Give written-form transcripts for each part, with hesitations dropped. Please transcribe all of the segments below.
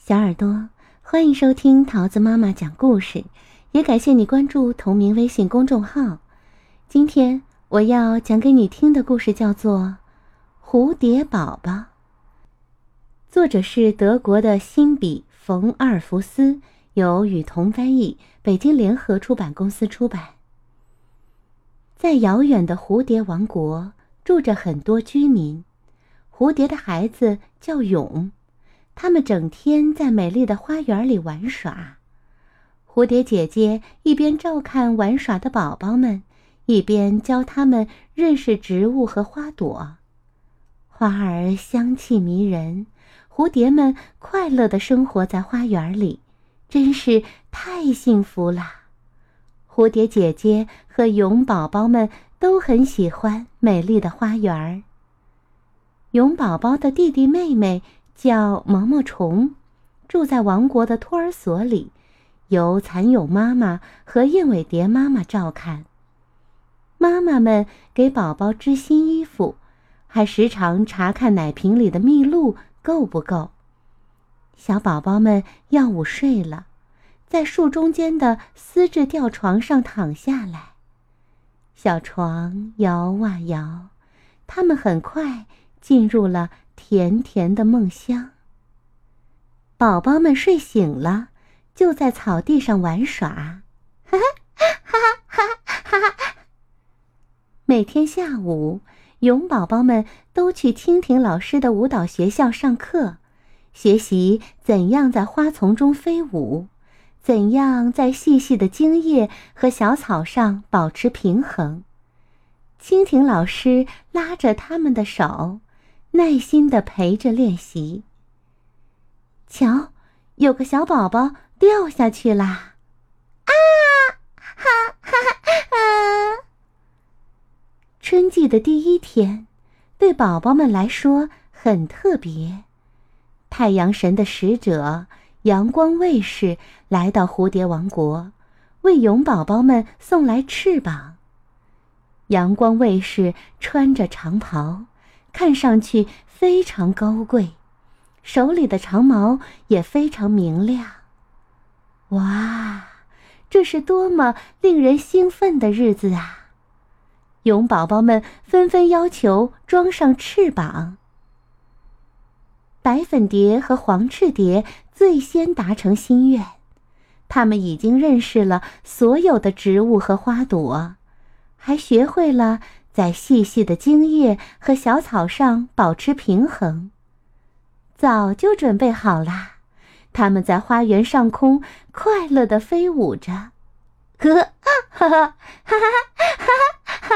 小耳朵，欢迎收听桃子妈妈讲故事，也感谢你关注同名微信公众号。今天我要讲给你听的故事叫做《蝴蝶宝宝》，作者是德国的辛比·冯·阿尔弗斯，由雨桐翻译，北京联合出版公司出版。在遥远的蝴蝶王国，住着很多居民。蝴蝶的孩子叫蛹，他们整天在美丽的花园里玩耍。蝴蝶姐姐一边照看玩耍的宝宝们，一边教他们认识植物和花朵。花儿香气迷人，蝴蝶们快乐地生活在花园里，真是太幸福了。蝴蝶姐姐和蛹宝宝们都很喜欢美丽的花园。蛹宝宝的弟弟妹妹叫毛毛虫，住在王国的托儿所里，由蚕蛹妈妈和燕尾蝶妈妈照看。妈妈们给宝宝织新衣服，还时常查看奶瓶里的蜜露够不够。小宝宝们要午睡了，在树中间的丝质吊床上躺下来。小床摇啊摇，他们很快进入了甜甜的梦乡。宝宝们睡醒了，就在草地上玩耍，哈哈哈哈哈哈！每天下午，蛹宝宝们都去蜻蜓老师的舞蹈学校上课，学习怎样在花丛中飞舞，怎样在细细的茎叶和小草上保持平衡。蜻蜓老师拉着他们的手，耐心地陪着练习。瞧，有个小宝宝掉下去啦！啊，哈哈哈！春季的第一天，对宝宝们来说很特别。太阳神的使者阳光卫士来到蝴蝶王国，为蛹宝宝们送来翅膀。阳光卫士穿着长袍，看上去非常高贵，手里的长矛也非常明亮。哇，这是多么令人兴奋的日子啊！蛹宝宝们纷纷要求装上翅膀。白粉蝶和黄翅蝶最先达成心愿，他们已经认识了所有的植物和花朵，还学会了在细细的茎叶和小草上保持平衡。早就准备好啦，他们在花园上空快乐地飞舞着，哈哈哈哈哈！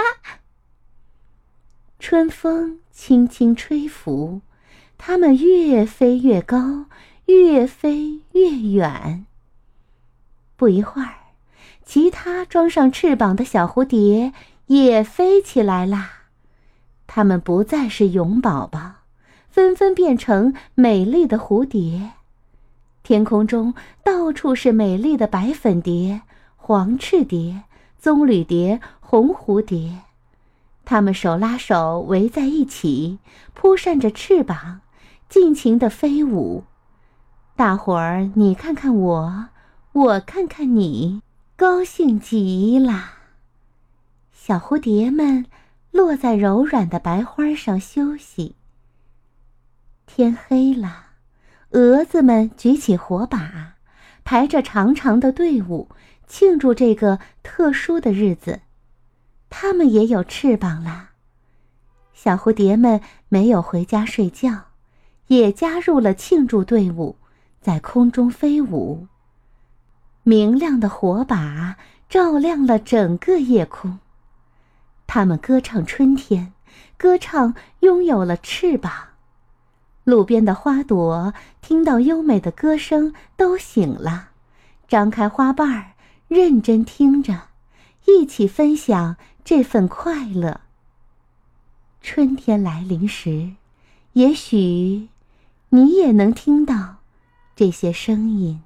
春风轻轻吹拂，它们越飞越高，越飞越远。不一会儿，其他装上翅膀的小蝴蝶也飞起来啦。它们不再是蛹宝宝，纷纷变成美丽的蝴蝶。天空中到处是美丽的白粉蝶、黄翅蝶、棕榈蝶、红蝴蝶。它们手拉手围在一起，扑扇着翅膀，尽情地飞舞。大伙儿你看看我，我看看你，高兴极了。小蝴蝶们落在柔软的白花上休息。天黑了，蛾子们举起火把，排着长长的队伍，庆祝这个特殊的日子。它们也有翅膀啦。小蝴蝶们没有回家睡觉，也加入了庆祝队伍，在空中飞舞。明亮的火把照亮了整个夜空。它们歌唱春天，歌唱拥有了翅膀。路边的花朵听到优美的歌声都醒了，张开花瓣儿，认真听着，一起分享这份快乐。春天来临时，也许你也能听到这些声音。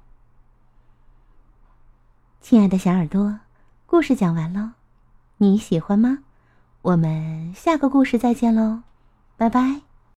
亲爱的小耳朵，故事讲完喽，你喜欢吗？我们下个故事再见喽，拜拜。